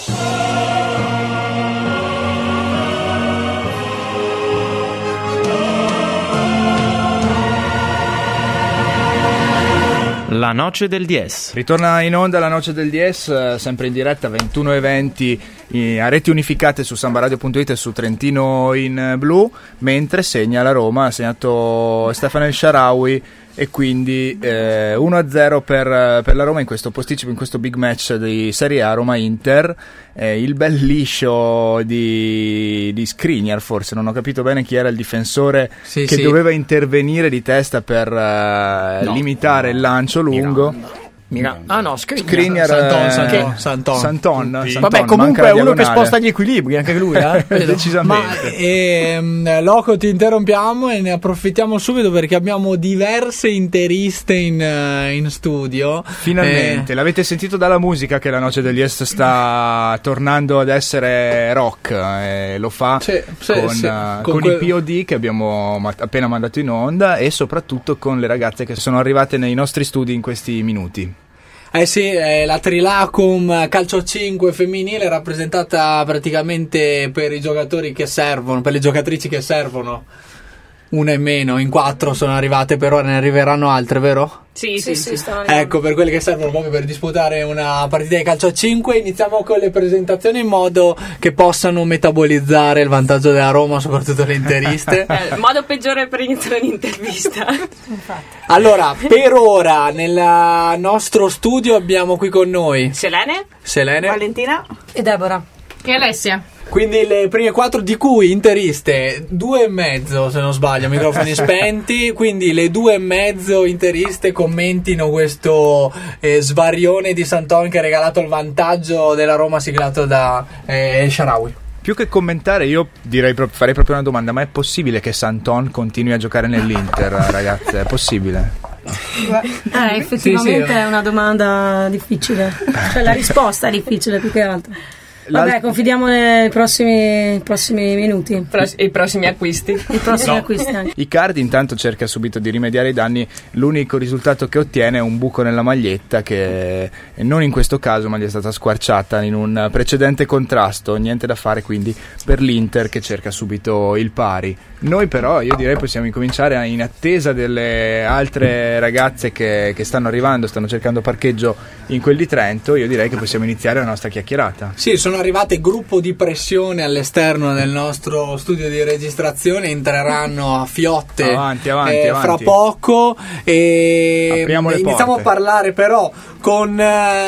La Noce del DS. Ritorna in onda la Noce del DS, sempre in diretta 21:20 a reti unificate su sambaradio.it e su Trentino in blu, mentre segna la Roma, ha segnato Stefano El Shaarawy e quindi 1-0 per la Roma in questo posticipo, in questo big match di Serie A Roma-Inter. Il bel liscio di Skriniar, forse non ho capito bene chi era il difensore che doveva intervenire di testa per limitare il lancio lungo. Skriniar, Santon. Vabbè, comunque è uno che sposta gli equilibri, anche lui, decisamente. Ma Loco, ti interrompiamo e ne approfittiamo subito perché abbiamo diverse interiste in studio. Finalmente, l'avete sentito dalla musica che la Noce degli Est sta tornando ad essere rock, lo fa con i POD che abbiamo appena mandato in onda e soprattutto con le ragazze che sono arrivate nei nostri studi in questi minuti. La Trilacum Calcio 5 femminile rappresentata praticamente per i giocatori che servono, per le giocatrici che servono. Una e meno, in 4 sono arrivate, per ora ne arriveranno altre, vero? Sì. Ecco, per quelle che servono proprio per disputare una partita di calcio a 5. Iniziamo con le presentazioni in modo che possano metabolizzare il vantaggio della Roma, soprattutto le interiste. Il modo peggiore per iniziare un'intervista. Allora, per ora nel nostro studio abbiamo qui con noi Selene, Valentina e Deborah e Alessia. Quindi le prime 4, di cui interiste 2,5 se non sbaglio, microfoni spenti. Quindi le 2,5 interiste commentino questo svarione di Santon che ha regalato il vantaggio della Roma siglato da El Shaarawy. Più che commentare, io farei proprio una domanda: ma è possibile che Santon continui a giocare nell'Inter, ragazze? È possibile? Effettivamente è una domanda difficile, cioè la risposta è difficile più che altro. Vabbè, confidiamo nei prossimi minuti. I prossimi acquisti. Acquisti anche. Icardi intanto cerca subito di rimediare ai danni. L'unico risultato che ottiene è un buco nella maglietta che non in questo caso, ma gli è stata squarciata in un precedente contrasto. Niente da fare quindi per l'Inter che cerca subito il pari. Noi però, io direi, possiamo incominciare in attesa delle altre ragazze che stanno arrivando, stanno cercando parcheggio in quel di Trento. Io direi che possiamo iniziare la nostra chiacchierata. Sì, sono arrivate gruppo di pressione all'esterno del nostro studio di registrazione, entreranno a fiotte avanti. fra poco e iniziamo a parlare però con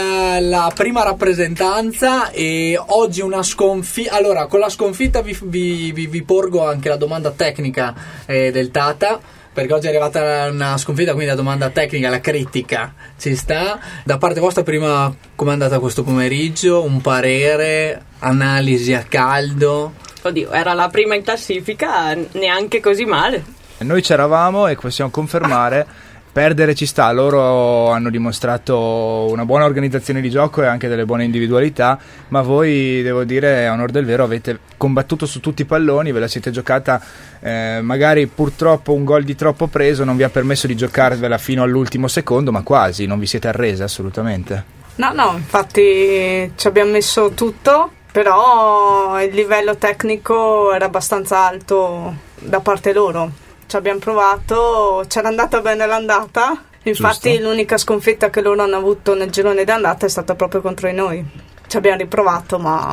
la prima rappresentanza e oggi una sconfitta. Allora, con la sconfitta vi porgo anche la domanda tecnica del Tata, perché oggi è arrivata una sconfitta, quindi la domanda tecnica, la critica ci sta. Da parte vostra prima, com'è andata questo pomeriggio? Un parere, analisi a caldo? Oddio, era la prima in classifica, neanche così male. Noi c'eravamo e possiamo confermare, perdere ci sta. Loro hanno dimostrato una buona organizzazione di gioco e anche delle buone individualità, ma voi, devo dire, a onor del vero, avete combattuto su tutti i palloni, ve la siete giocata. Magari purtroppo un gol di troppo preso non vi ha permesso di giocarvela fino all'ultimo secondo, ma quasi, non vi siete arrese assolutamente. No, infatti ci abbiamo messo tutto, però il livello tecnico era abbastanza alto da parte loro. Ci abbiamo provato, c'era andata bene l'andata, infatti giusto. L'unica sconfitta che loro hanno avuto nel girone d'andata è stata proprio contro di noi. Ci abbiamo riprovato, ma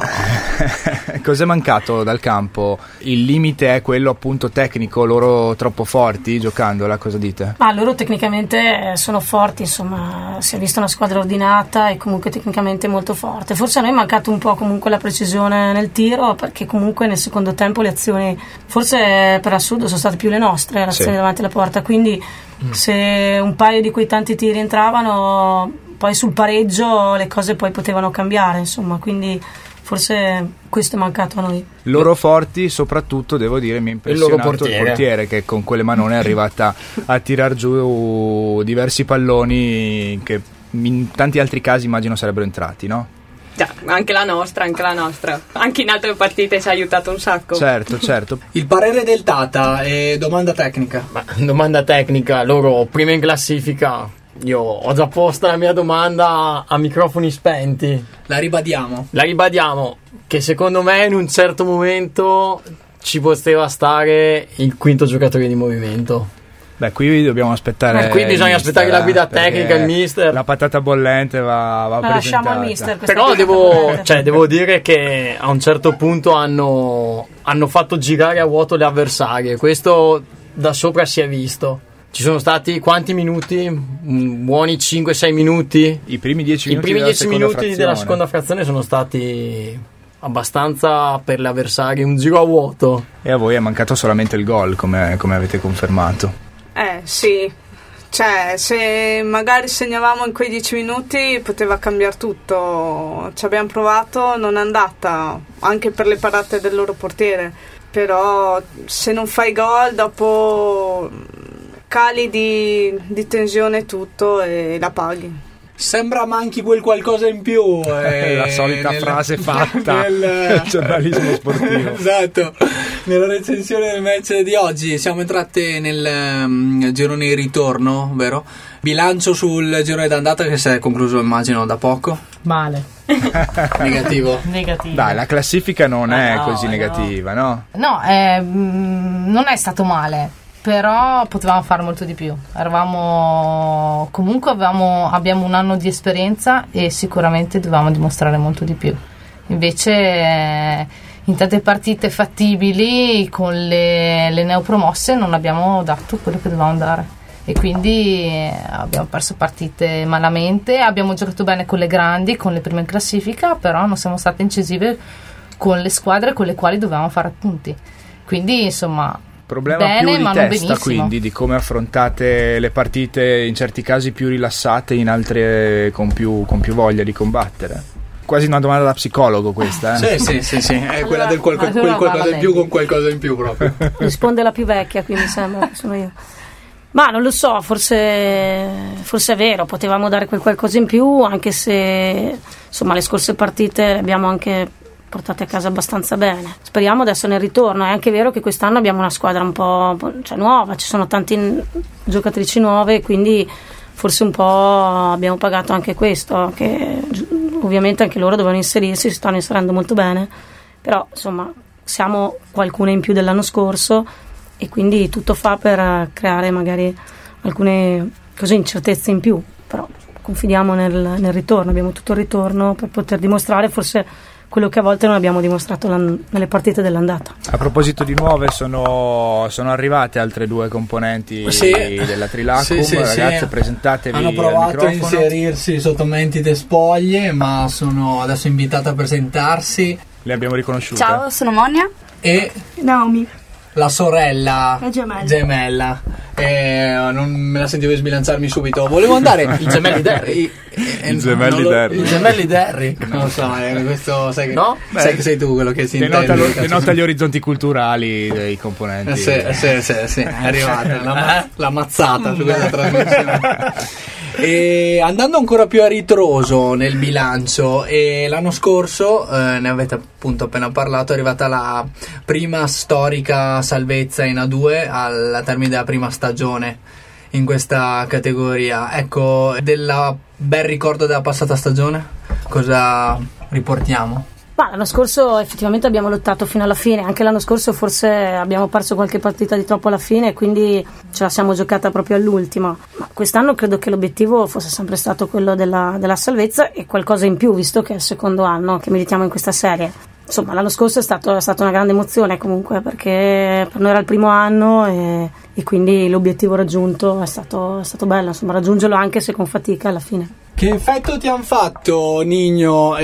cos'è mancato dal campo? Il limite è quello appunto tecnico, loro troppo forti giocandola, cosa dite? Ma loro tecnicamente sono forti, insomma, si è vista una squadra ordinata e comunque tecnicamente molto forte. Forse a noi è mancato un po' comunque la precisione nel tiro, perché comunque nel secondo tempo le azioni, forse per assurdo, sono state più le nostre, le azioni davanti alla porta, quindi se un paio di quei tanti tiri entravano, poi sul pareggio le cose poi potevano cambiare, insomma, quindi forse questo è mancato a noi. Loro forti, soprattutto devo dire mi ha impressionato il portiere che con quelle manone è arrivata a tirar giù diversi palloni che in tanti altri casi immagino sarebbero entrati, no? Già, anche la nostra, anche in altre partite ci ha aiutato un sacco. Certo. Il parere del Tata e domanda tecnica. Domanda tecnica, loro prima in classifica, io ho già posto la mia domanda a microfoni spenti. La ribadiamo, che secondo me in un certo momento ci poteva stare il quinto giocatore di movimento. Beh, qui dobbiamo aspettare. Qui bisogna aspettare la guida tecnica, il mister. La patata bollente va presentata. Lasciamo al mister. Però devo dire che a un certo punto hanno fatto girare a vuoto le avversarie. Questo da sopra si è visto. Ci sono stati quanti minuti? Buoni 5-6 minuti? I primi 10 minuti, della seconda frazione sono stati abbastanza per le avversarie un giro a vuoto. E a voi è mancato solamente il gol, come avete confermato. Sì, cioè se magari segnavamo in quei 10 minuti poteva cambiare tutto. Ci abbiamo provato, non è andata, anche per le parate del loro portiere, però se non fai gol dopo cali di tensione tutto e la paghi. Sembra manchi quel qualcosa in più. La solita frase fatta nel giornalismo sportivo. Esatto. Nella recensione del match di oggi siamo entrati nel girone di ritorno, vero? Bilancio sul girone d'andata che si è concluso immagino da poco. Male. Negativo. Dai, la classifica non è così negativa, no? No, non è stato male. Però potevamo fare molto di più. Abbiamo un anno di esperienza e sicuramente dovevamo dimostrare molto di più. Invece in tante partite fattibili con le neopromosse non abbiamo dato quello che dovevamo dare e quindi abbiamo perso partite malamente. Abbiamo giocato bene con le grandi, con le prime in classifica, però non siamo state incisive con le squadre con le quali dovevamo fare punti. Quindi insomma problema bene, più di ma testa, non quindi di come affrontate le partite, in certi casi più rilassate, in altre con più voglia di combattere. Quasi una domanda da psicologo questa, eh? Sì, è quella del qualcosa in più con qualcosa in più proprio. Risponde la più vecchia, quindi sembra che sono io. Ma non lo so, forse è vero, potevamo dare quel qualcosa in più, anche se insomma le scorse partite le abbiamo anche portate a casa abbastanza bene. Speriamo adesso nel ritorno. È anche vero che quest'anno abbiamo una squadra un po' nuova, ci sono tante giocatrici nuove, quindi forse un po' abbiamo pagato anche questo, che ovviamente anche loro dovevano inserirsi, si stanno inserendo molto bene, però insomma siamo qualcuna in più dell'anno scorso e quindi tutto fa per creare magari alcune incertezze in più, però confidiamo nel ritorno, abbiamo tutto il ritorno per poter dimostrare forse quello che a volte non abbiamo dimostrato nelle partite dell'andata. A proposito di nuove, sono arrivate altre due componenti della Trilacum. Ragazze, presentatevi. Hanno provato a inserirsi sotto mentite spoglie, ma sono adesso invitate a presentarsi. Le abbiamo riconosciute. Ciao, sono Monia e Naomi, la sorella gemella. Non me la sentivo sbilanciarmi subito. Volevo andare i gemelli Derry. I gemelli Derry. Non lo so, questo sai che, no? Sai che sei tu quello che si intende. Denota gli orizzonti culturali dei componenti. Sì, è arrivata la mazzata su questa trasmissione. E andando ancora più a ritroso nel bilancio, l'anno scorso ne avete appunto appena parlato, è arrivata la prima storica salvezza in A2 al termine della prima stagione in questa categoria. Ecco, del bel ricordo della passata stagione cosa riportiamo? Ma l'anno scorso effettivamente abbiamo lottato fino alla fine, anche l'anno scorso forse abbiamo perso qualche partita di troppo alla fine e quindi ce la siamo giocata proprio all'ultima, ma quest'anno credo che l'obiettivo fosse sempre stato quello della salvezza e qualcosa in più, visto che è il secondo anno che militiamo in questa serie. Insomma, l'anno scorso è stata una grande emozione comunque, perché per noi era il primo anno e quindi l'obiettivo raggiunto è stato bello, insomma, raggiungerlo anche se con fatica alla fine. Che effetto ti hanno fatto, Nigno,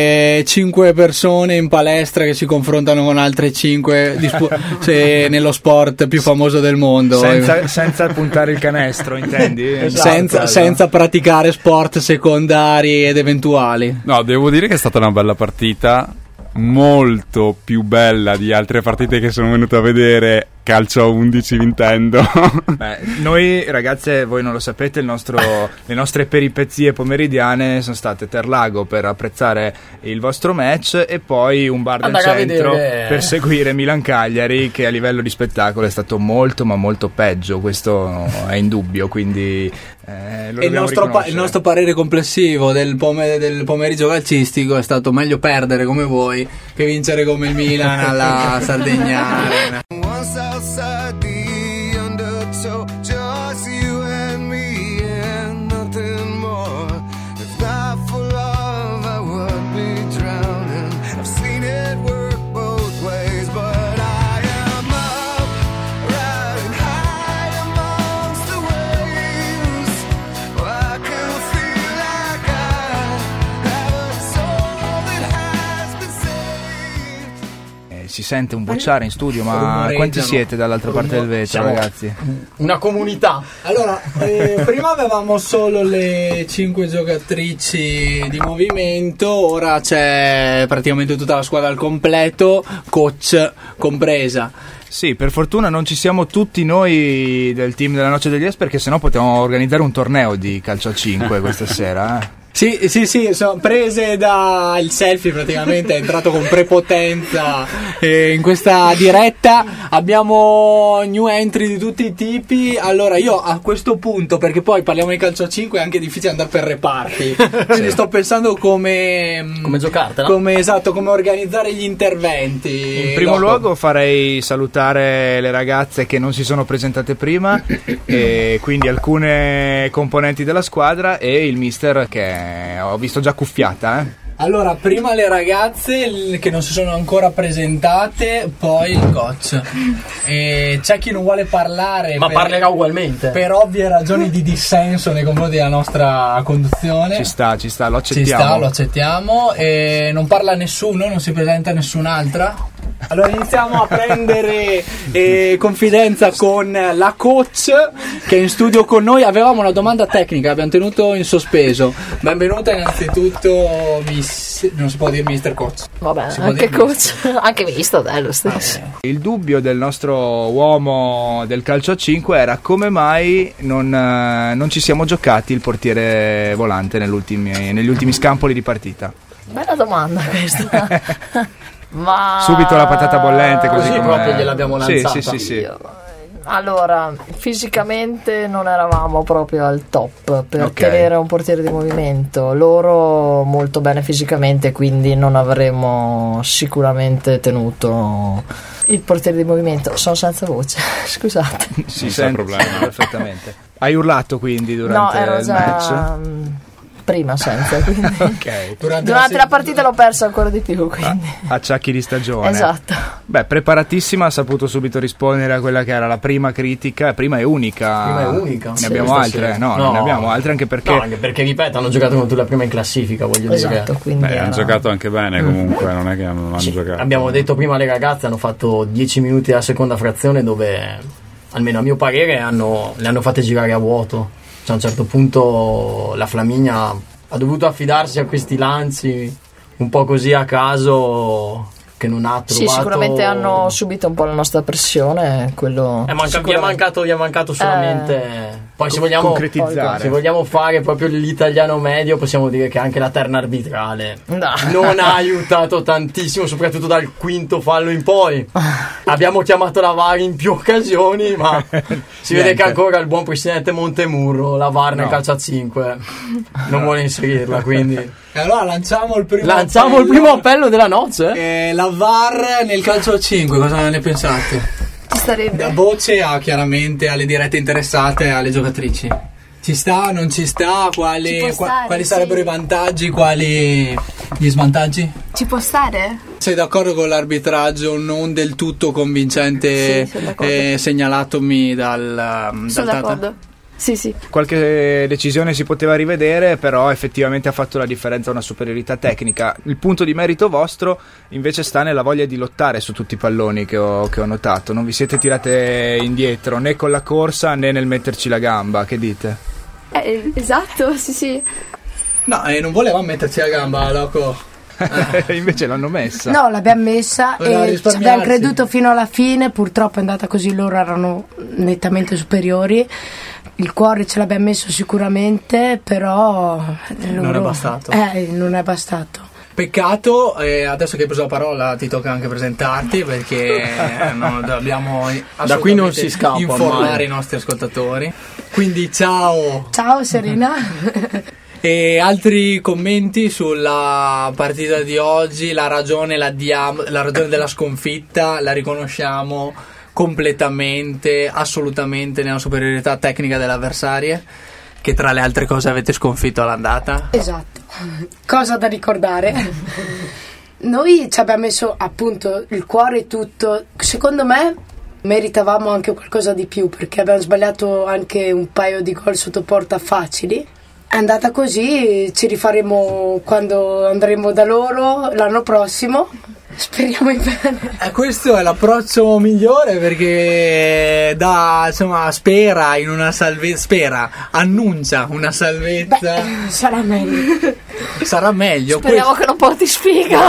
5 persone in palestra che si confrontano con altre 5 nello sport più famoso del mondo? Senza puntare il canestro, intendi? Esatto, senza praticare sport secondari ed eventuali. No, devo dire che è stata una bella partita, molto più bella di altre partite che sono venuto a vedere calcio a 11 vintendo. Beh, noi ragazze, voi non lo sapete, le nostre peripezie pomeridiane sono state Terlago per apprezzare il vostro match e poi un bar del centro per seguire Milan-Cagliari, che a livello di spettacolo è stato molto ma molto peggio, questo è indubbio, quindi il nostro parere complessivo del pomeriggio calcistico è stato: meglio perdere come voi che vincere come il Milan alla Sardignana. Si sente un bocciare in studio, ma quanti siete dall'altra parte del vetro, ragazzi? Una comunità. Allora, prima avevamo solo le 5 giocatrici di movimento, ora c'è praticamente tutta la squadra al completo, coach compresa. Sì, per fortuna non ci siamo tutti noi del team della Noce degli Diez, perché sennò potevamo organizzare un torneo di calcio a 5 questa sera, Sì, sono prese da il selfie, praticamente è entrato con prepotenza in questa diretta. Abbiamo new entry di tutti i tipi. Allora io a questo punto, perché poi parliamo di calcio a 5, è anche difficile andare per reparti, quindi sto pensando come giocartela, come organizzare gli interventi. In primo luogo farei salutare le ragazze che non si sono presentate prima, e quindi alcune componenti della squadra e il mister che ho visto già cuffiata. Allora, prima le ragazze che non si sono ancora presentate, poi il coach. E c'è chi non vuole parlare, ma parlerà ugualmente per ovvie ragioni di dissenso nei confronti della nostra conduzione. Ci sta, lo accettiamo. Lo accettiamo. E non parla nessuno, non si presenta nessun'altra. Allora iniziamo a prendere confidenza con la coach che è in studio con noi. Avevamo una domanda tecnica, abbiamo tenuto in sospeso. Benvenuta innanzitutto, non si può dire mister coach. Vabbè, anche coach, anche visto, dai, lo stesso. Il dubbio del nostro uomo del calcio a 5 era come mai non ci siamo giocati il portiere volante negli ultimi scampoli di partita. Bella domanda questa. Ma subito la patata bollente, così proprio gliel'abbiamo lanciata. Sì. Allora, fisicamente non eravamo proprio al top per tenere un portiere di movimento. Loro molto bene fisicamente, quindi non avremmo sicuramente tenuto il portiere di movimento. Sono senza voce, scusate. Si sente problema perfettamente. Hai urlato quindi durante il match? Prima senza, quindi durante la partita l'ho perso ancora di più, quindi acciacchi di stagione. Esatto. Beh, preparatissima, ha saputo subito rispondere a quella che era la prima critica, prima e unica. Ne abbiamo altre? No, non ne abbiamo altre, anche perché ripeto, hanno giocato con tu la prima in classifica, voglio dire. Quindi hanno giocato anche bene comunque, non è che non hanno giocato. Abbiamo detto prima, le ragazze hanno fatto 10 minuti alla seconda frazione dove, almeno a mio parere, le hanno fatte girare a vuoto. Cioè, a un certo punto la Flaminia ha dovuto affidarsi a questi lanci un po' così a caso, che non ha trovato. Sì, sicuramente hanno subito un po' la nostra pressione, quello vi è mancato solamente poi se vogliamo concretizzare, se vogliamo fare proprio l'italiano medio, possiamo dire che anche la terna arbitrale non ha aiutato tantissimo, soprattutto dal quinto fallo in poi. Abbiamo chiamato la VAR in più occasioni, ma si vede che ancora il buon presidente Montemurro la VAR nel calcio a 5 non vuole inserirla, quindi e allora lanciamo il primo appello della noce. La VAR nel calcio a 5, cosa ne pensate? Ci starebbe. Da voce chiaramente alle dirette interessate, alle giocatrici. Ci sta, non ci sta? Quali sarebbero i vantaggi, quali gli svantaggi? Ci può stare? Sei d'accordo con l'arbitraggio non del tutto convincente segnalatomi dal Sono d'accordo. Sì. Qualche decisione si poteva rivedere, però effettivamente ha fatto la differenza una superiorità tecnica. Il punto di merito vostro invece sta nella voglia di lottare su tutti i palloni che ho notato. Non vi siete tirate indietro né con la corsa né nel metterci la gamba. Che dite? Esatto, sì. No, non volevamo metterci la gamba, loco. Invece l'hanno messa. No, l'abbiamo messa e ci abbiamo creduto fino alla fine. Purtroppo è andata così, loro erano nettamente superiori. Il cuore ce l'abbiamo messo sicuramente, però non è bastato. Non è bastato. Peccato, adesso che hai preso la parola ti tocca anche presentarti, perché dobbiamo da qui non si scappa informare i nostri ascoltatori. Quindi ciao Serena. E altri commenti sulla partita di oggi? La ragione della sconfitta la riconosciamo completamente, assolutamente nella superiorità tecnica delle avversarie, che tra le altre cose avete sconfitto all'andata. Esatto, cosa da ricordare. Noi ci abbiamo messo appunto il cuore e tutto. Secondo me meritavamo anche qualcosa di più, perché abbiamo sbagliato anche un paio di gol sotto porta facili. È andata così, ci rifaremo quando andremo da loro l'anno prossimo. Speriamo in bene. Questo è l'approccio migliore, perché spera in una salvezza, annuncia una salvezza. Sarà meglio. Sarà meglio. Speriamo che non porti sfiga.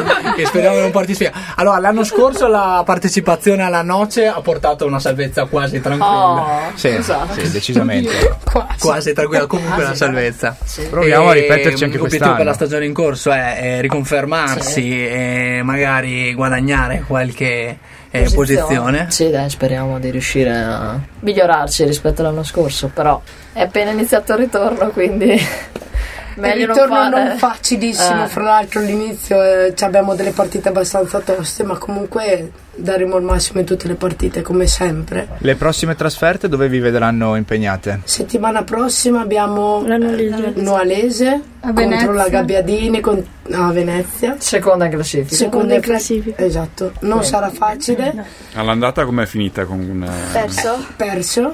Allora, l'anno scorso la partecipazione alla Noce ha portato una salvezza quasi tranquilla. Sì, decisamente. Quasi tranquilla, comunque una salvezza. Sì. Proviamo a ripeterci anche quest'anno. L'obiettivo per la stagione in corso è riconfermarsi e magari guadagnare qualche posizione. Sì, dai, speriamo di riuscire a migliorarci rispetto all'anno scorso, però è appena iniziato il ritorno, quindi meglio il ritorno non facilissimo. Fra l'altro all'inizio abbiamo delle partite abbastanza toste, ma comunque daremo il massimo in tutte le partite, come sempre. Le prossime trasferte dove vi vedranno impegnate? Settimana prossima abbiamo Noalese contro la Gabbiadini a Venezia, seconda in classifica. Esatto, non sarà facile. All'andata com'è finita? Perso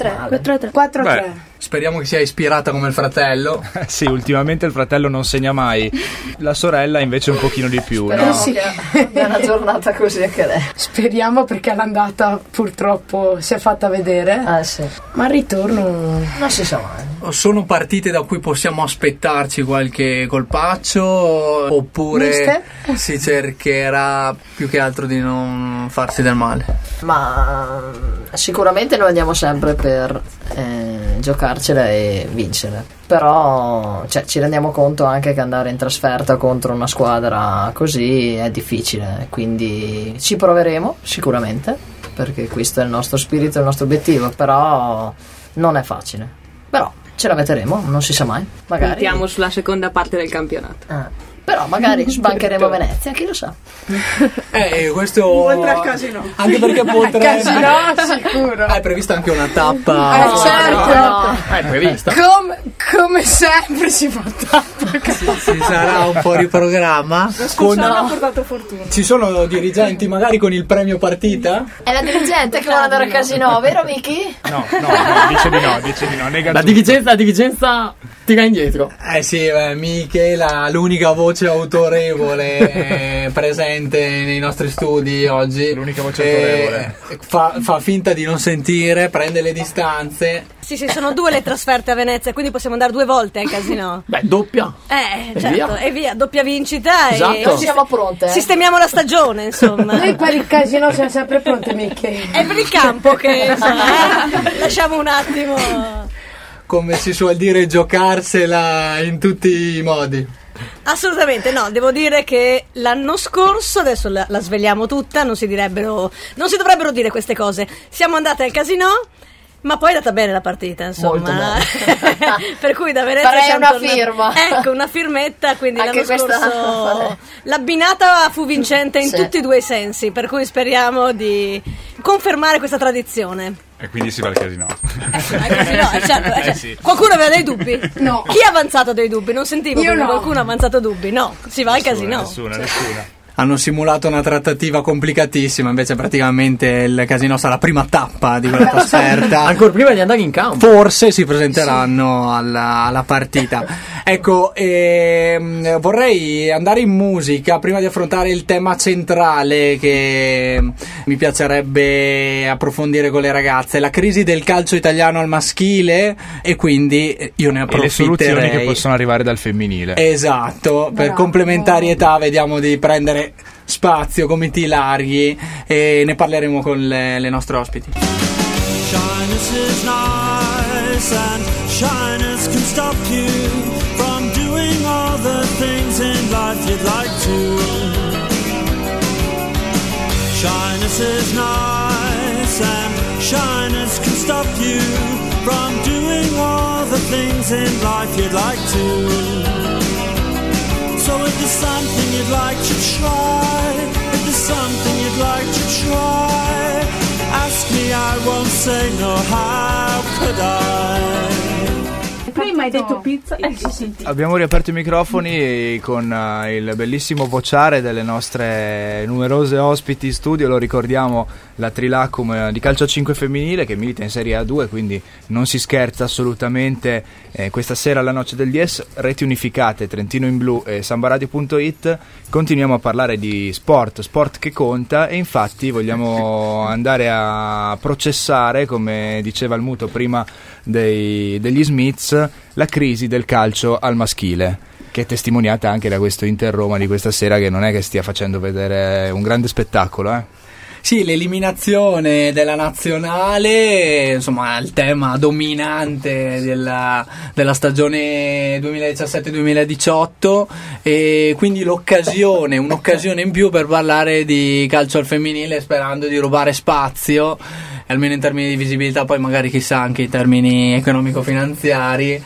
4-3. Speriamo che sia ispirata come il fratello. Sì, ultimamente il fratello non segna mai, la sorella invece un pochino di più. Speriamo che è una giornata così anche lei. Speriamo, perché all'andata purtroppo si è fatta vedere. Sì. Ma al ritorno non si sa mai. Sono partite da cui possiamo aspettarci qualche colpaccio, oppure si cercherà più che altro di non farsi del male? Ma sicuramente noi andiamo sempre per giocarcela e vincere, però ci rendiamo conto anche che andare in trasferta contro una squadra così è difficile, quindi ci proveremo sicuramente, perché questo è il nostro spirito, il nostro obiettivo, però non è facile, però ce la metteremo, non si sa mai, magari puntiamo sulla seconda parte del campionato. Però magari sbancheremo Venezia, chi lo sa. Questo oltre al casino, anche perché potrebbe casino sicuro. È prevista anche una tappa. Certo. È prevista. Come sempre si fa tappa. Ci sarà un po' di programma. Ha portato fortuna. Ci sono dirigenti magari con il premio partita? È la dirigente che vuole andare al casino, vero Miki? No, dice di no, nega la dirigenza tira indietro. Sì, Michela, l'unica voce autorevole presente nei nostri studi oggi. L'unica voce autorevole. Fa finta di non sentire, prende le distanze. Sì, sono 2 le trasferte a Venezia, quindi possiamo andare 2 volte al casino. Beh, doppia. Certo, e via, doppia vincita. Esatto. E siamo pronte. Sistemiamo la stagione, insomma. Noi per il casino siamo sempre pronti, Michele. È per il campo che lasciamo un attimo. Come si suol dire, giocarsela in tutti i modi. Assolutamente no, devo dire che l'anno scorso, adesso la svegliamo tutta, non si dovrebbero dire queste cose. Siamo andate al casino, ma poi è andata bene la partita, insomma. Per cui da Venezia farei una firma. Ecco, una firmetta, quindi anche l'anno scorso l'abbinata fu vincente in tutti e 2 i sensi, per cui speriamo di confermare questa tradizione. E quindi si va al casino. Certo. Sì. Qualcuno aveva dei dubbi? No. Chi ha avanzato dei dubbi? Non sentivo che qualcuno ha avanzato dubbi. No, si va al casino. Nessuna. Hanno simulato una trattativa complicatissima, invece praticamente il casino sarà la prima tappa di quella trasferta. Ancora prima di andare in campo. Forse si presenteranno alla partita. Ecco, vorrei andare in musica prima di affrontare il tema centrale che mi piacerebbe approfondire con le ragazze, la crisi del calcio italiano al maschile, e quindi io ne approfitterei. E le soluzioni che possono arrivare dal femminile. Esatto, per complementarietà vediamo di prendere spazio, gomiti larghi, e ne parleremo con le nostre ospiti. Shyness is nice and shyness can stop you from doing all the things in life you'd like to. Shyness is nice and shyness can stop you from doing all the things in life you'd like to. So if there's something you'd like to try, if there's something you'd like to try, ask me, I won't say no, how could I? Prima hai detto pizza e si sentiva. Abbiamo riaperto i microfoni con il bellissimo vociare delle nostre numerose ospiti in studio. Lo ricordiamo, la Trilacum di calcio a 5 femminile che milita in Serie A2, quindi non si scherza assolutamente. Questa sera alla Noce del DS, reti unificate, Trentino in Blu e sambaradio.it, continuiamo a parlare di sport che conta, e infatti vogliamo andare a processare, come diceva il Muto prima degli Smiths, la crisi del calcio al maschile, che è testimoniata anche da questo Inter Roma di questa sera, che non è che stia facendo vedere un grande spettacolo, Sì, l'eliminazione della nazionale, insomma, il tema dominante della stagione 2017-2018, e quindi un'occasione in più per parlare di calcio al femminile, sperando di rubare spazio, almeno in termini di visibilità, poi magari chissà anche in termini economico-finanziari,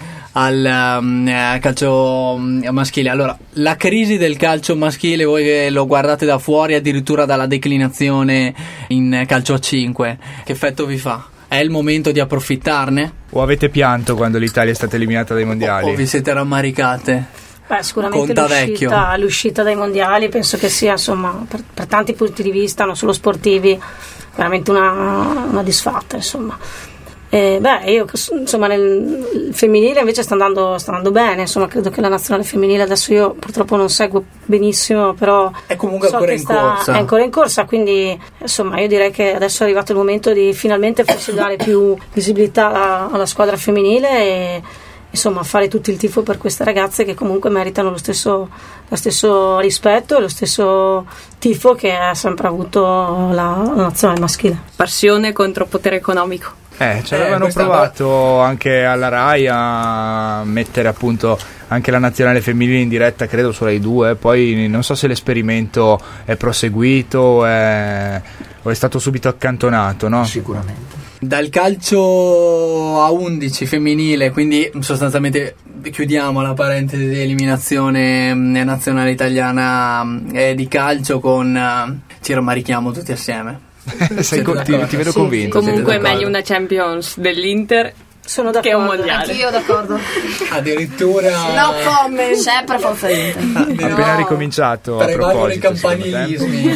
al calcio maschile. Allora, la crisi del calcio maschile, voi che lo guardate da fuori, addirittura dalla declinazione in calcio a 5, che effetto vi fa? È il momento di approfittarne? O avete pianto quando l'Italia è stata eliminata dai mondiali? O vi siete rammaricate? Beh, sicuramente l'uscita dai mondiali penso che sia, insomma, per tanti punti di vista, non solo sportivi, veramente una disfatta, insomma. Io, insomma, nel femminile invece sta andando bene, insomma, credo che la nazionale femminile, adesso io purtroppo non seguo benissimo, però è comunque è ancora in corsa, quindi insomma io direi che adesso è arrivato il momento di finalmente forse dare più visibilità alla squadra femminile e insomma fare tutto il tifo per queste ragazze che comunque meritano lo stesso rispetto e lo stesso tifo che ha sempre avuto la nazionale maschile. Passione contro potere economico. Ci avevano provato anche alla Rai a mettere appunto anche la nazionale femminile in diretta, credo su Rai 2, poi non so se l'esperimento è proseguito o è stato subito accantonato, no? Sicuramente. Dal calcio a 11 femminile, quindi sostanzialmente chiudiamo la parentesi di eliminazione nazionale italiana di calcio con ci rammarichiamo tutti assieme. Ti vedo convinto. Comunque è meglio una Champions dell'Inter che un mondiale. Anch'io d'accordo. Addirittura no comment, sempre forza Inter. Appena ricominciato a proposito, i campanilismi.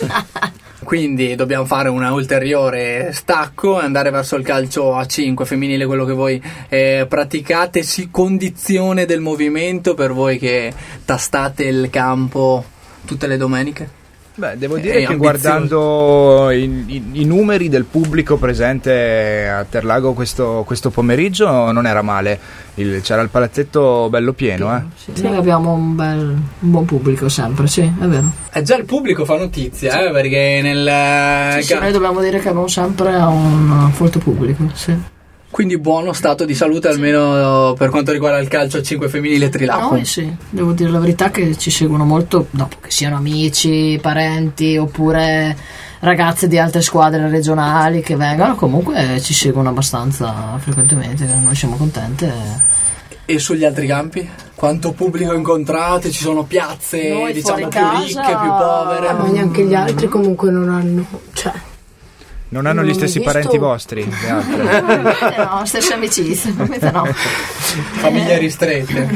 Quindi dobbiamo fare un ulteriore stacco e andare verso il calcio a 5 femminile, quello che voi praticate. Condizione del movimento per voi che tastate il campo tutte le domeniche? Beh, devo dire che guardando i numeri del pubblico presente a Terlago questo pomeriggio non era male, c'era il palazzetto bello pieno. Sì. Noi abbiamo un buon pubblico sempre, sì, è vero. Già il pubblico fa notizia, perché noi dobbiamo dire che abbiamo sempre un folto pubblico, sì. Quindi buono stato di salute, almeno per quanto riguarda il calcio a 5 femminile Trilacum. Sì, devo dire la verità che ci seguono molto, dopo che siano amici, parenti oppure ragazze di altre squadre regionali che vengono, comunque ci seguono abbastanza frequentemente, noi siamo contente. E sugli altri campi? Quanto pubblico incontrate? Ci sono piazze noi diciamo più ricche, più povere? Ma neanche gli altri comunque non hanno, non hanno gli stessi parenti vostri, le altre? No, stesse amicizie, no. Famiglie ristrette.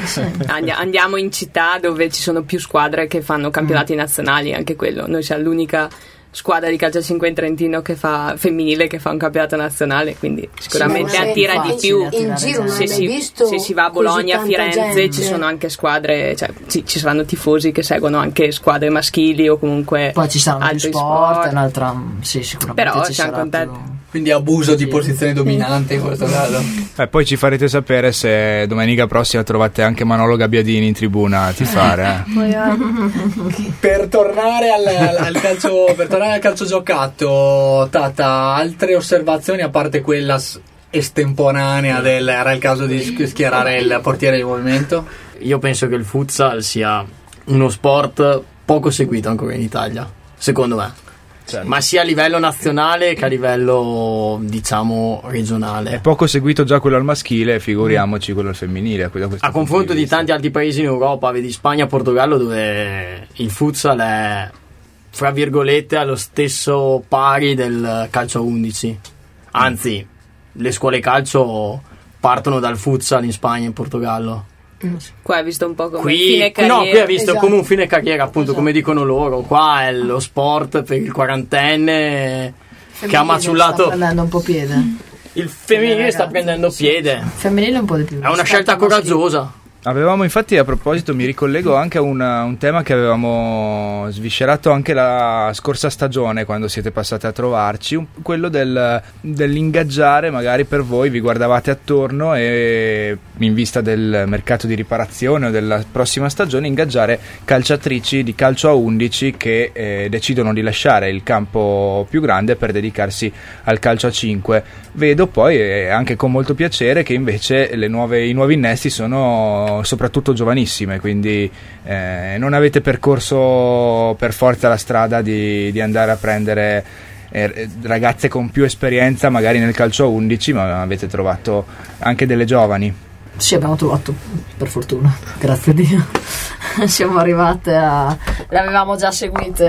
Andiamo in città dove ci sono più squadre che fanno campionati nazionali, anche quello. Noi siamo l'unica squadra di calcio 5 in Trentino femminile che fa un campionato nazionale, quindi sicuramente attira di più. In giro non se si va a Bologna, a Firenze gente. Ci sono anche squadre, cioè ci saranno tifosi che seguono anche squadre maschili o comunque poi ci saranno altri sport, un'altra, sì, sicuramente però ci siamo sarà contenti. Quindi abuso di posizione dominante in questo caso. Poi ci farete sapere se domenica prossima trovate anche Manolo Gabbiadini in tribuna a tifare. Per tornare al calcio giocato, Tata, altre osservazioni a parte quella estemporanea era il caso di schierare il portiere di movimento? Io penso che il futsal sia uno sport poco seguito ancora in Italia, secondo me. Certo. Ma sia a livello nazionale che a livello, diciamo, regionale. È poco seguito già quello al maschile, figuriamoci quello al femminile. A confronto di tanti altri paesi in Europa, vedi Spagna, Portogallo, dove il futsal è, fra virgolette, allo stesso pari del calcio a 11. Anzi, le scuole calcio partono dal futsal in Spagna e in Portogallo. Qua hai visto un po' come fine carriera. No, qui hai visto come un fine carriera, appunto, come dicono loro. Qua è lo sport per il quarantenne che ha maciullato. Sta prendendo un po' piede. Il femminile sta prendendo piede. Il femminile un po' di più. È una scelta coraggiosa. Avevamo infatti, a proposito, mi ricollego anche a un tema che avevamo sviscerato anche la scorsa stagione quando siete passati a trovarci, quello dell'ingaggiare, magari per voi vi guardavate attorno e in vista del mercato di riparazione o della prossima stagione ingaggiare calciatrici di calcio a 11 che decidono di lasciare il campo più grande per dedicarsi al calcio a 5. Vedo poi anche con molto piacere che invece i nuovi innesti sono soprattutto giovanissime, quindi non avete percorso per forza la strada di andare a prendere ragazze con più esperienza magari nel calcio a 11, ma avete trovato anche delle giovani. Sì, abbiamo trovato, per fortuna, grazie a Dio. Siamo arrivate le avevamo già seguite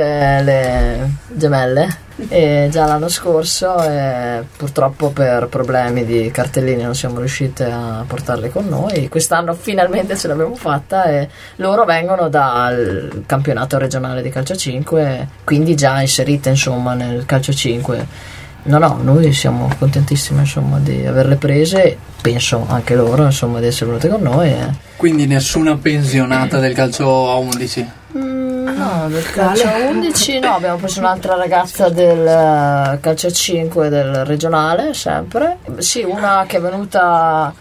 le gemelle già l'anno scorso e purtroppo per problemi di cartellini non siamo riuscite a portarle con noi. Quest'anno finalmente ce l'abbiamo fatta e loro vengono dal campionato regionale di calcio 5, quindi già inserite insomma nel calcio 5. No, noi siamo contentissimi insomma di averle prese, penso anche loro insomma di essere venute con noi. Quindi nessuna pensionata del calcio a 11? No, del calcio a 11 no, abbiamo preso un'altra ragazza del calcio a 5 del regionale sempre, sì, una che è venuta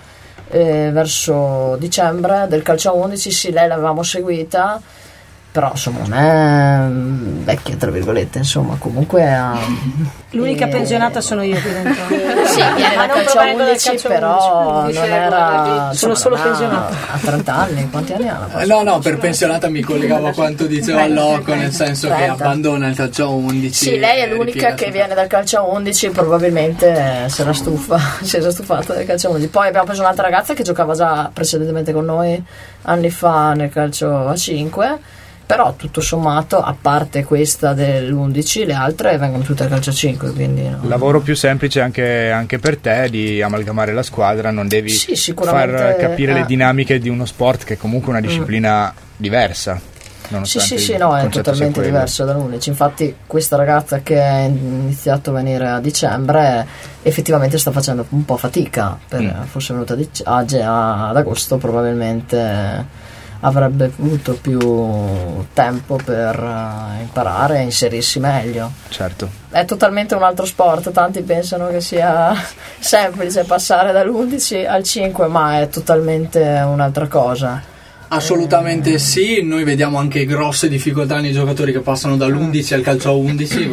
verso dicembre del calcio a 11, sì, lei l'avevamo seguita, però insomma non è vecchia tra virgolette, insomma comunque l'unica pensionata sono io qui dentro. Sì, viene da calcio a 11 però non era, sono solo pensionata a 30 anni. Quanti anni ha? No, per pensionata mi collegavo a quanto diceva Loco, nel senso 30. Che abbandona il calcio a 11. Sì, lei è l'unica che viene dal calcio a 11, probabilmente si era stufata del calcio a 11. Poi abbiamo preso un'altra ragazza che giocava già precedentemente con noi anni fa nel calcio a 5. Però tutto sommato, a parte questa dell'11, le altre vengono tutte al calcio 5, quindi no. Lavoro più semplice anche per te di amalgamare la squadra, non devi far capire le dinamiche di uno sport che è comunque una disciplina diversa. Sì, no, è totalmente diverso dall'11. Infatti questa ragazza che è iniziato a venire a dicembre effettivamente sta facendo un po' fatica, fosse venuta ad agosto probabilmente avrebbe avuto più tempo per imparare e inserirsi meglio. Certo. È totalmente un altro sport, tanti pensano che sia semplice passare dall'11 al 5, ma è totalmente un'altra cosa. Assolutamente sì, noi vediamo anche grosse difficoltà nei giocatori che passano dall'11 al calcio a 11.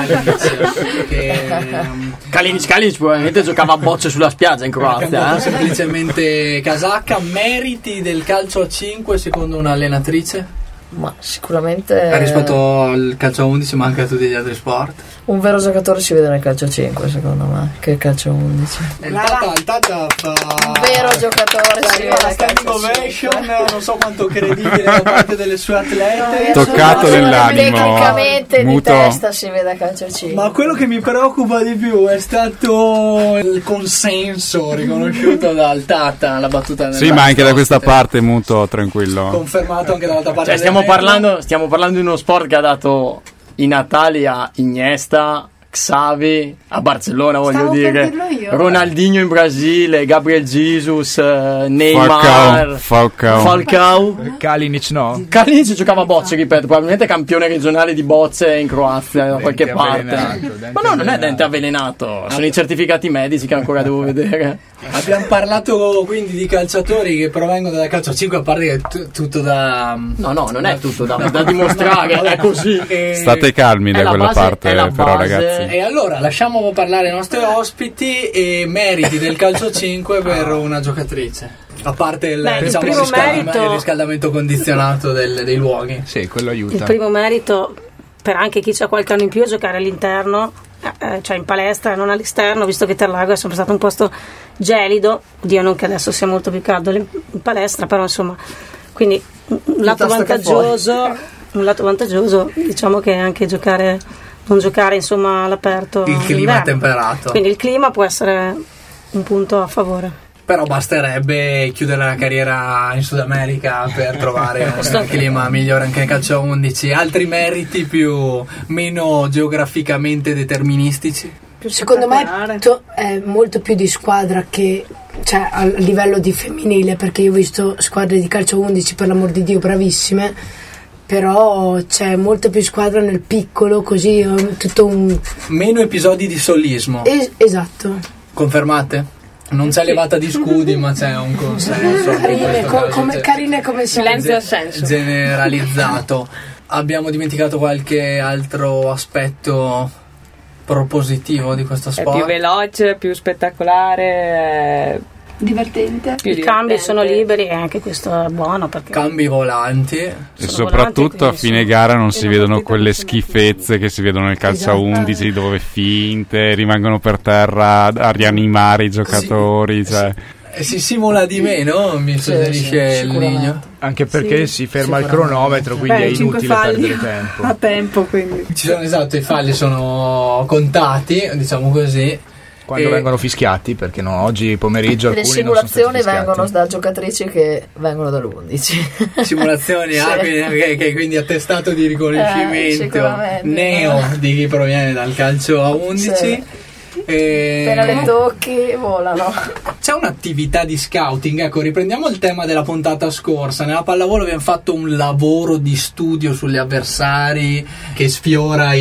Kalinic probabilmente giocava a bocce sulla spiaggia in Croazia. Semplicemente casacca. Meriti del calcio a 5 secondo un'allenatrice? Ma sicuramente rispetto al calcio a 11 ma anche a tutti gli altri sport. Un vero giocatore si vede nel calcio a 5 secondo me, che il calcio a 11. Il Tata un vero giocatore si vede nel calcio a 5. Non so quanto credibile da parte delle sue atlete. Toccato nell'animo. Tecnicamente di testa si vede a calcio a 5. Ma quello che mi preoccupa di più è stato il consenso riconosciuto dal Tata alla battuta. Sì, ma anche da questa parte molto tranquillo. Confermato anche dall'altra parte. Stiamo parlando di uno sport che ha dato i Natali a Iniesta, Xavi a Barcellona, voglio dire, Ronaldinho in Brasile, Gabriel Jesus, Neymar, Falcao. Kalinic no? Kalinic giocava a bocce, ripeto, probabilmente campione regionale di bocce in Croazia da qualche parte. Ma no, non è dente avvelenato, sono i certificati medici che ancora devo vedere. Abbiamo parlato quindi di calciatori che provengono dal calcio 5, a parte che è tutto da... No, non è tutto da dimostrare, è così. State calmi da quella parte, però, ragazzi. E allora lasciamo parlare i nostri ospiti e meriti del calcio 5 per una giocatrice. A parte il riscaldamento condizionato dei luoghi. Sì, quello aiuta. Il primo merito per anche chi c'ha qualche anno in più è giocare all'interno, cioè in palestra e non all'esterno, visto che Terlago è sempre stato un posto gelido. Oddio, non che adesso sia molto più caldo in palestra, però insomma, quindi un lato vantaggioso diciamo che è anche non giocare insomma all'aperto. Il clima è temperato. Quindi il clima può essere un punto a favore. Però basterebbe chiudere la carriera in Sud America per trovare un clima migliore anche nel calcio a 11. Altri meriti meno geograficamente deterministici? Secondo me è molto più di squadra che, cioè, a livello di femminile, perché io ho visto squadre di calcio 11 per l'amor di Dio bravissime, però c'è molto più squadra nel piccolo, così tutto un... Meno episodi di sollismo. Esatto. Confermate? Non c'è levata di scudi, ma c'è un consenso. Carine come silenzio assenso generalizzato. Abbiamo dimenticato qualche altro aspetto propositivo di questo sport? È più veloce, più spettacolare, divertente. I cambi sono liberi e anche questo è buono perché cambi volanti e soprattutto a fine gara non si vedono quelle schifezze che si vedono nel calcio a 11 dove finte rimangono per terra a rianimare i giocatori, cioè. Si simula di meno, mi suggerisce il Ligno. Anche perché si ferma il cronometro, quindi è inutile perdere tempo. A tempo, quindi. I falli sono contati, diciamo così. Quando vengono fischiati, perché no, oggi pomeriggio alcuni le simulazioni vengono da giocatrici che vengono dall'11. Simulazioni che quindi attestato di riconoscimento neo di chi proviene dal calcio a 11. Sì. Appena le tocchi volano. C'è un'attività di scouting, ecco, riprendiamo il tema della puntata scorsa. Nella pallavolo abbiamo fatto un lavoro di studio sugli avversari che sfiora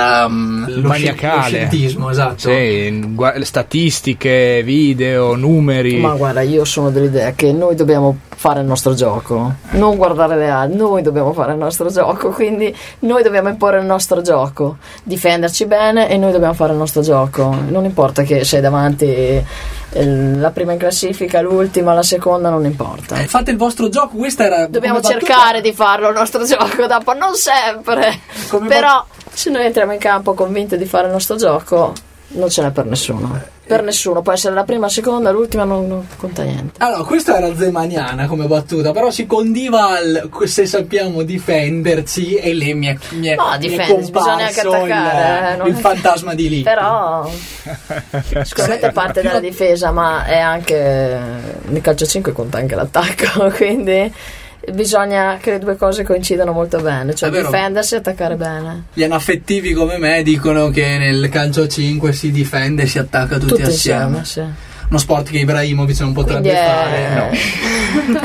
lo scientismo, esatto. Sì, statistiche, video, numeri. Ma guarda, io sono dell'idea che noi dobbiamo fare il nostro gioco, non guardare le altre, noi dobbiamo fare il nostro gioco, quindi noi dobbiamo imporre il nostro gioco, difenderci bene e noi dobbiamo fare il nostro gioco. Non importa che sei davanti la prima in classifica, l'ultima, la seconda, non importa. Fate il vostro gioco, dobbiamo cercare di farlo il nostro gioco, dopo non sempre, però se noi entriamo in campo convinti di fare il nostro gioco non ce n'è per nessuno. Per nessuno, può essere la prima, la seconda, l'ultima, non conta niente. Allora, questa era zemaniana come battuta, però si condiva se sappiamo difenderci, e lì mi è difenderci, bisogna anche attaccare. Il fantasma di lì. Però sicuramente parte della difesa, ma è anche nel calcio 5 conta anche l'attacco, quindi bisogna che le due cose coincidano molto bene, cioè difendersi e attaccare bene. Gli anaffettivi come me dicono che nel calcio 5 si difende e si attacca tutti assieme. Sì. Uno sport che Ibrahimovic non potrebbe fare, no.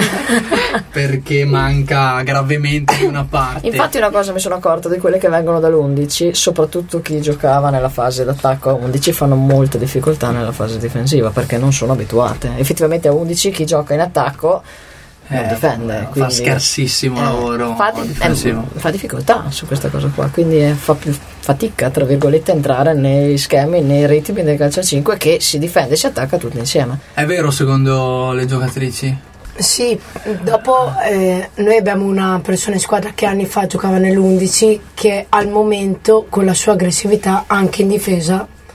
Perché manca gravemente di una parte. Infatti una cosa mi sono accorta di quelle che vengono dall'11, soprattutto chi giocava nella fase d'attacco a 11 fanno molte difficoltà nella fase difensiva perché non sono abituate. Effettivamente a 11 chi gioca in attacco non difende, fa scarsissimo lavoro, fa difficoltà su questa cosa qua, quindi fa più fatica tra virgolette entrare nei schemi, nei ritmi del calcio a 5 che si difende e si attacca tutti insieme. È vero secondo le giocatrici? Sì, dopo noi abbiamo una persona in squadra che anni fa giocava nell'11 che al momento con la sua aggressività anche in difesa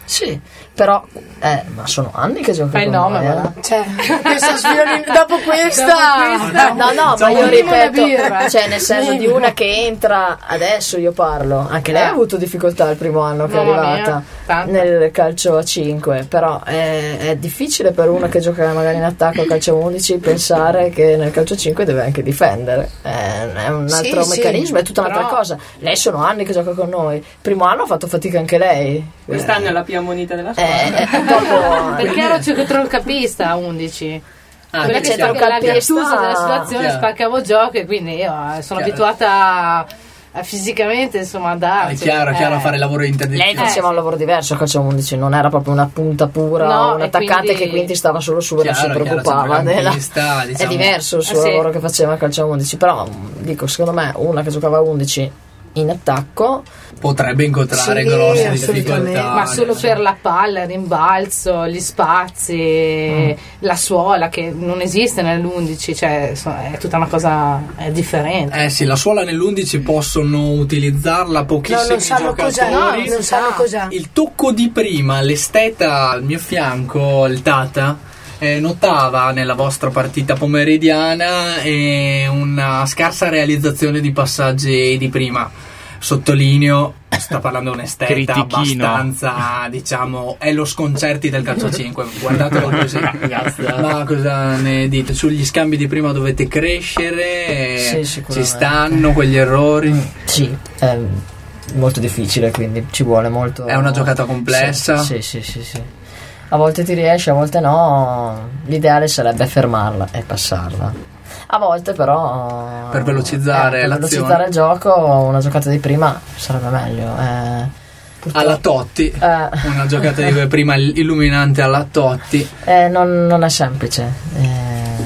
Sì, però ma sono anni che gioco con no, noi, cioè, questa dopo questa no, ma io ripeto, cioè nel senso di una che entra adesso, io parlo, anche lei ha avuto difficoltà il primo anno che è arrivata nel calcio a 5, però è difficile per una che gioca magari in attacco al calcio a 11 pensare che nel calcio a 5 deve anche difendere, è un altro meccanismo, è tutta un'altra cosa. Lei sono anni che gioca con noi, primo anno ha fatto fatica anche lei, quest'anno è la più ammonita della squadra, perché ero centrocampista a 11. Quella che la virtuosa della situazione, spaccavo gioco, e quindi io sono abituata fisicamente, insomma, ad andare. È chiaro a fare il lavoro interdizione. Lei faceva un lavoro diverso al calcio 11, non era proprio una punta pura, un attaccante che quindi stava solo su e non si preoccupava diciamo. È diverso il suo lavoro che faceva al calcio 11, però dico, secondo me una che giocava a 11 in attacco potrebbe incontrare grosse difficoltà, ma solo per la palla, il rimbalzo, gli spazi, la suola che non esiste nell'11, cioè è tutta una cosa differente. Sì, la suola nell'11 possono utilizzarla pochissimi giocatori. Non sanno cos'è. Il tocco di prima, l'esteta al mio fianco, il Tata, notava nella vostra partita pomeridiana una scarsa realizzazione di passaggi di prima. Sottolineo, sta parlando un esteta abbastanza, diciamo, è lo sconcerti del calcio 5, guardatelo così. Ma cosa ne dite? Sugli scambi di prima dovete crescere, ci stanno quegli errori? Sì, è molto difficile, quindi ci vuole molto. È una giocata complessa? Sì. A volte ti riesce, a volte no. L'ideale sarebbe fermarla e passarla. A volte però per velocizzare il gioco una giocata di prima sarebbe meglio. Alla Totti, una giocata di prima illuminante alla Totti. Non è semplice.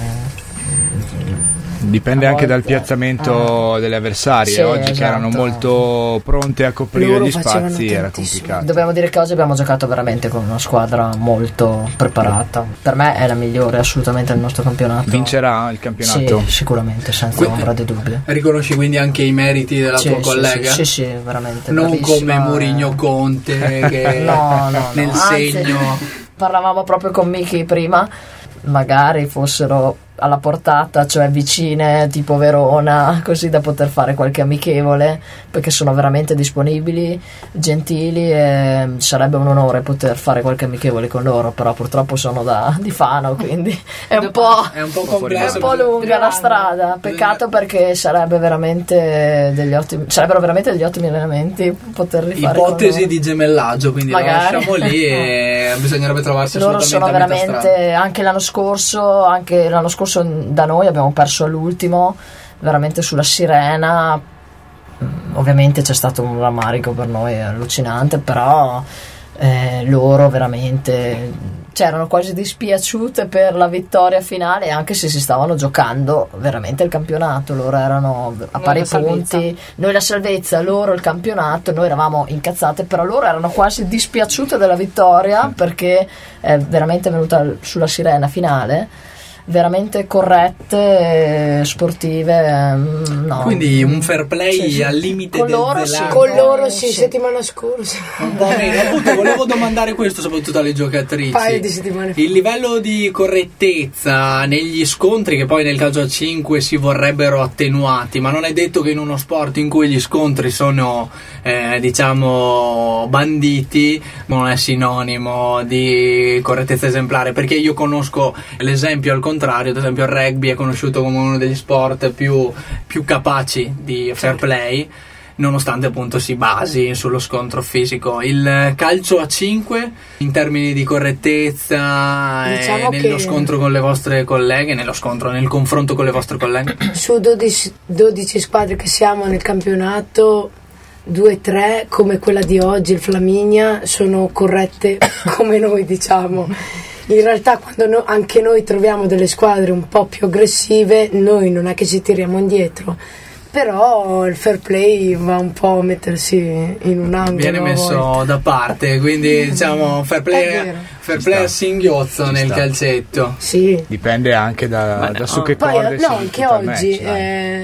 Dipende anche dal piazzamento delle avversarie. Oggi che erano molto pronte a coprire gli spazi era complicato. Dobbiamo dire che oggi abbiamo giocato veramente con una squadra molto preparata. Per me è la migliore assolutamente del nostro campionato. Vincerà il campionato? Sì, sicuramente, senza ombra di dubbio. Riconosci quindi anche i meriti della tua collega? Sì, veramente. Non come Mourinho Conte che no, nel segno. Parlavamo proprio con Miki prima, magari fossero alla portata, cioè vicine, tipo Verona, così da poter fare qualche amichevole, perché sono veramente disponibili, gentili, e sarebbe un onore poter fare qualche amichevole con loro, però purtroppo sono di Fano, quindi è un po' complesso, un po' lunga la strada. Peccato, perché sarebbero veramente degli ottimi allenamenti poterli fare. Ipotesi di gemellaggio, quindi magari. Lo lasciamo lì e bisognerebbe trovarsi loro assolutamente sono veramente, anche l'anno scorso da noi abbiamo perso all'ultimo veramente sulla Sirena. Ovviamente c'è stato un rammarico per noi allucinante, però loro veramente c'erano quasi dispiaciute per la vittoria finale, anche se si stavano giocando veramente il campionato. Loro erano a pari punti, noi la salvezza, loro il campionato. Noi eravamo incazzate, però loro erano quasi dispiaciute della vittoria, perché è veramente venuta sulla Sirena finale, veramente corrette, sportive, no. Quindi un fair play al limite con loro settimana scorsa. Appunto, volevo domandare questo soprattutto alle giocatrici. Paio di settimane fa. Il livello di correttezza negli scontri, che poi nel calcio a 5 si vorrebbero attenuati, ma non è detto che in uno sport in cui gli scontri sono diciamo banditi non è sinonimo di correttezza esemplare, perché io conosco l'esempio al contrario, ad esempio il rugby è conosciuto come uno degli sport più capaci di fair play, nonostante appunto si basi sullo scontro fisico. Il calcio a 5 in termini di correttezza, diciamo nello scontro con le vostre colleghe, nel confronto con le vostre colleghe, su 12 squadre che siamo nel campionato, 2-3 come quella di oggi, il Flaminia, sono corrette come noi, diciamo. In realtà quando anche noi troviamo delle squadre un po' più aggressive, noi non è che ci tiriamo indietro, però il fair play va un po' a mettersi in un angolo, viene messo da parte, quindi diciamo fair play a singhiozzo nel calcetto. Sì, dipende anche da su che corde no, anche oggi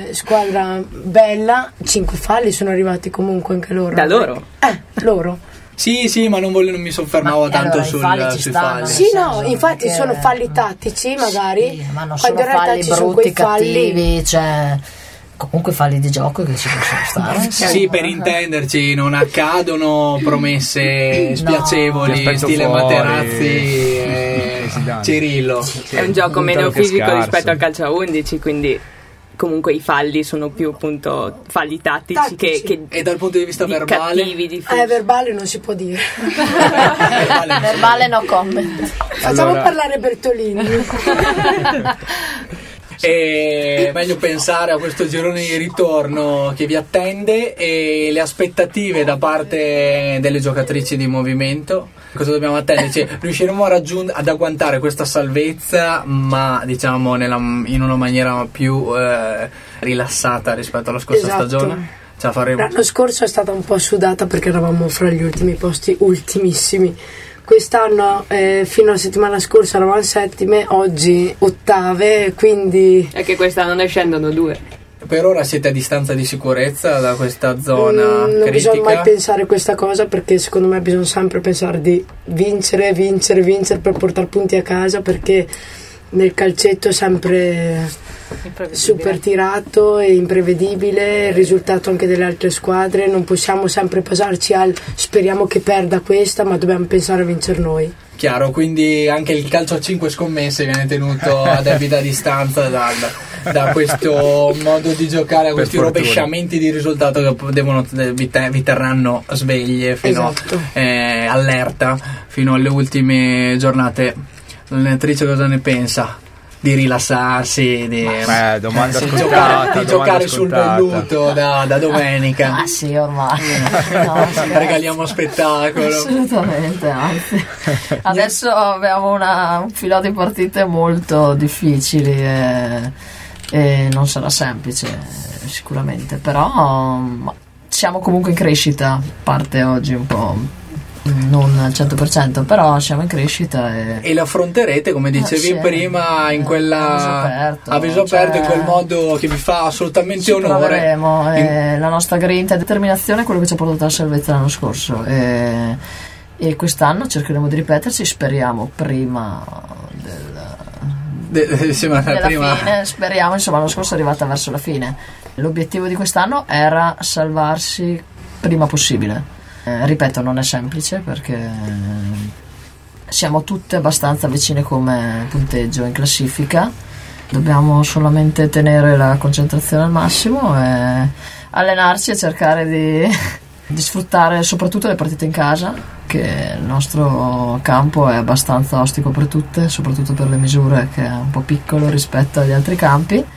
squadra bella, 5 falli sono arrivati comunque anche loro. Da loro? Loro Sì, ma non mi soffermavo tanto sui falli. Sì, no, infatti sono falli tattici magari. Sì, ma non sono falli brutti, cattivi, cioè comunque falli di gioco che ci possono stare. Sì, per intenderci, non accadono promesse spiacevoli, stile fuori, Materazzi e Cirillo. È un gioco meno fisico rispetto al calcio a 11, quindi comunque i falli sono più appunto falli tattici. Che e dal punto di vista verbale verbale non si può dire. verbale no comment. Facciamo parlare Bertolini. E meglio pensare a questo girone di ritorno che vi attende e le aspettative da parte delle giocatrici di movimento. Cosa dobbiamo attenderci? Riusciremo ad agguantare questa salvezza, ma diciamo in una maniera più rilassata rispetto alla scorsa stagione? Ce la faremo? L'anno scorso è stata un po' sudata perché eravamo fra gli ultimi posti, ultimissimi. Quest'anno fino alla settimana scorsa eravamo settime, oggi ottave, quindi... È che quest'anno ne scendono 2. Per ora siete a distanza di sicurezza da questa zona non critica? Bisogna mai pensare questa cosa, perché secondo me bisogna sempre pensare di vincere per portare punti a casa, perché nel calcetto è sempre super tirato e imprevedibile il risultato anche delle altre squadre. Non possiamo sempre basarci al speriamo che perda questa, ma dobbiamo pensare a vincere noi. Chiaro, quindi anche il calcio a 5 scommesse viene tenuto a debita distanza da questo modo di giocare, a questi rovesciamenti di risultato che vi terranno sveglie fino allerta fino alle ultime giornate. L'allenatrice cosa ne pensa? Di rilassarsi, di giocare sul velluto da domenica. Ah sì, ormai regaliamo spettacolo. Assolutamente, anzi. Adesso abbiamo un filo di partite molto difficili e non sarà semplice sicuramente, però siamo comunque in crescita, parte oggi un po' non al 100%, però siamo in crescita e l'affronterete, come dicevi prima, in quella a viso aperto, in quel modo che vi fa assolutamente onore. La nostra grinta e determinazione è quello che ci ha portato alla salvezza l'anno scorso e quest'anno cercheremo di ripeterci, speriamo prima della fine, speriamo, insomma l'anno scorso è arrivata verso la fine. L'obiettivo di quest'anno era salvarsi prima possibile. Ripeto, non è semplice perché siamo tutte abbastanza vicine come punteggio in classifica, dobbiamo solamente tenere la concentrazione al massimo e allenarci e cercare di sfruttare soprattutto le partite in casa, che il nostro campo è abbastanza ostico per tutte, soprattutto per le misure, che è un po' piccolo rispetto agli altri campi,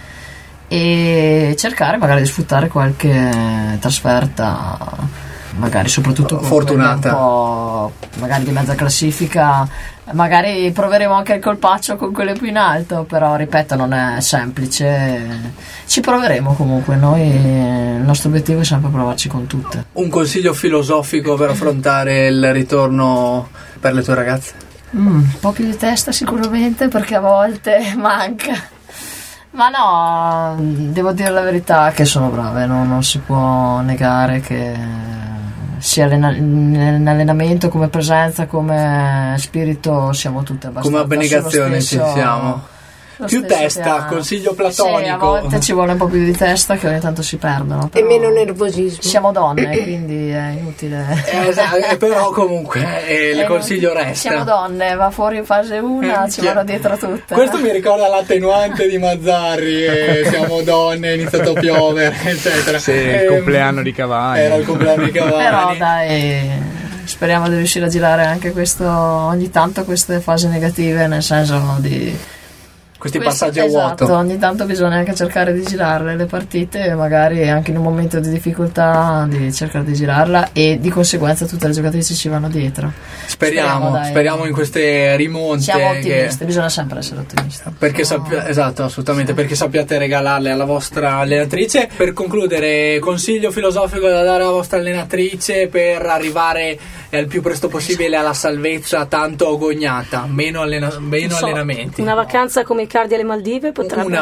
e cercare magari di sfruttare qualche trasferta magari soprattutto fortunata, un po' magari di mezza classifica, magari proveremo anche il colpaccio con quelle più in alto, però ripeto non è semplice, ci proveremo comunque, noi il nostro obiettivo è sempre provarci con tutte. Un consiglio filosofico per affrontare il ritorno per le tue ragazze? Un po' più di testa sicuramente, perché a volte manca. Ma no, devo dire la verità che sono brave, non si può negare che sia in allenamento, come presenza, come spirito siamo tutte abbastanza, come abnegazione ci siamo. Più testa, piano. Consiglio platonico. Sì, a volte ci vuole un po' più di testa, che ogni tanto si perdono. E meno nervosismo. Siamo donne, quindi è inutile. Però comunque il consiglio resta. Siamo donne, va fuori in fase 1, ci vanno dietro tutte. Questo mi ricorda l'attenuante di Mazzarri, siamo donne, è iniziato a piovere, eccetera. Sì, il compleanno di Cavani. Era il compleanno di Cavani. Però dai, speriamo di riuscire a girare anche ogni tanto queste fasi negative, nel senso di questi passaggi a vuoto. Esatto, ogni tanto bisogna anche cercare di girare le partite e magari anche in un momento di difficoltà di cercare di girarla, e di conseguenza tutte le giocatrici ci vanno dietro. Speriamo in queste rimonte. Siamo ottimisti, bisogna sempre essere ottimisti. Perché esatto, assolutamente, perché sappiate regalarle alla vostra allenatrice. Per concludere, consiglio filosofico da dare alla vostra allenatrice per arrivare al più presto possibile alla salvezza tanto agognata, meno allenamenti. Una vacanza come Cardi alle Maldive potrebbe una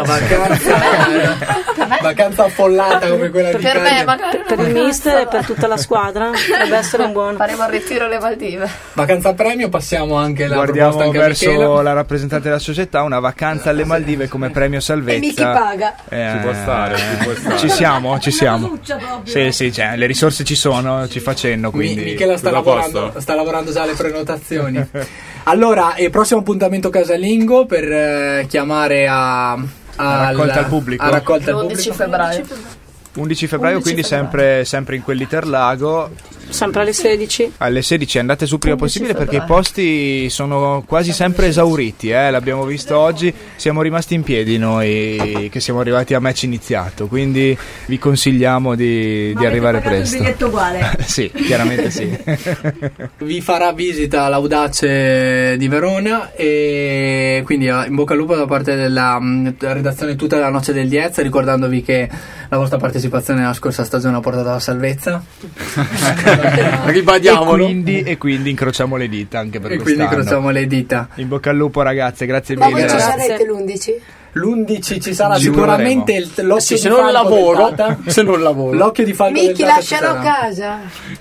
vacanza affollata come quella di per me, magari per il mister e per tutta la squadra potrebbe essere un buon. Faremo il ritiro alle Maldive. Vacanza premio, passiamo anche la guardiamo anche verso la rappresentante della società, una vacanza alle Maldive come premio salvezza. E chi paga? Ci può stare. Ci siamo. Sì, cioè, le risorse ci sono, ci fa cenno, quindi Michela sta lavorando già alle prenotazioni. Allora, il prossimo appuntamento casalingo per chiamare a raccolta al pubblico. L'11 febbraio. 11 febbraio, quindi sempre in quell'Iterlago. Sempre alle 16. Alle 16 andate sul prima possibile perché i posti sono quasi sempre esauriti, l'abbiamo visto oggi, siamo rimasti in piedi noi che siamo arrivati a match iniziato, quindi vi consigliamo di arrivare presto. Il biglietto uguale. Sì, chiaramente sì. Vi farà visita l'Audace di Verona e quindi in bocca al lupo da parte della redazione tutta la Noce del Diez, ricordandovi che la vostra partecipazione nella scorsa stagione ha portato alla salvezza. Ribadiamolo. E quindi incrociamo le dita anche per quest'anno. Quindi incrociamo le dita. In bocca al lupo, ragazze, grazie mille. Ma voi ci sarete l'11? L'11 ci sarà sicuramente l'occhio se non lavoro. L'occhio di falco Micchi, lascerò casa.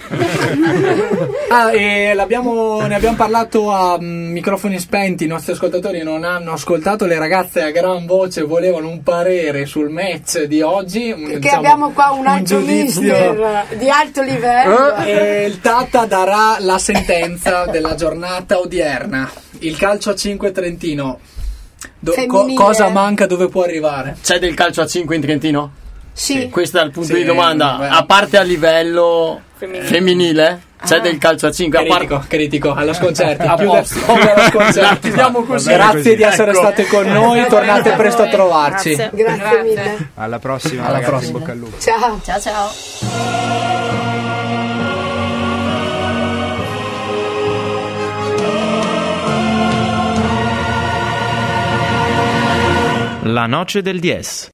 E ne abbiamo parlato a microfoni spenti. I nostri ascoltatori non hanno ascoltato. Le ragazze a gran voce volevano un parere sul match di oggi, perché abbiamo qua un altro mister di alto livello e il Tata darà la sentenza della giornata odierna. Il calcio a 5 Trentino cosa manca, dove può arrivare? C'è del calcio a 5 in Trentino? Sì. Questo è il punto di domanda. A parte a livello femminile c'è del calcio a 5. Critico allo sconcerto. Così. Grazie di essere state con noi. Tornate presto a trovarci. Grazie mille. Alla prossima, ragazzi. In bocca al lupo. Ciao. La noce del 10.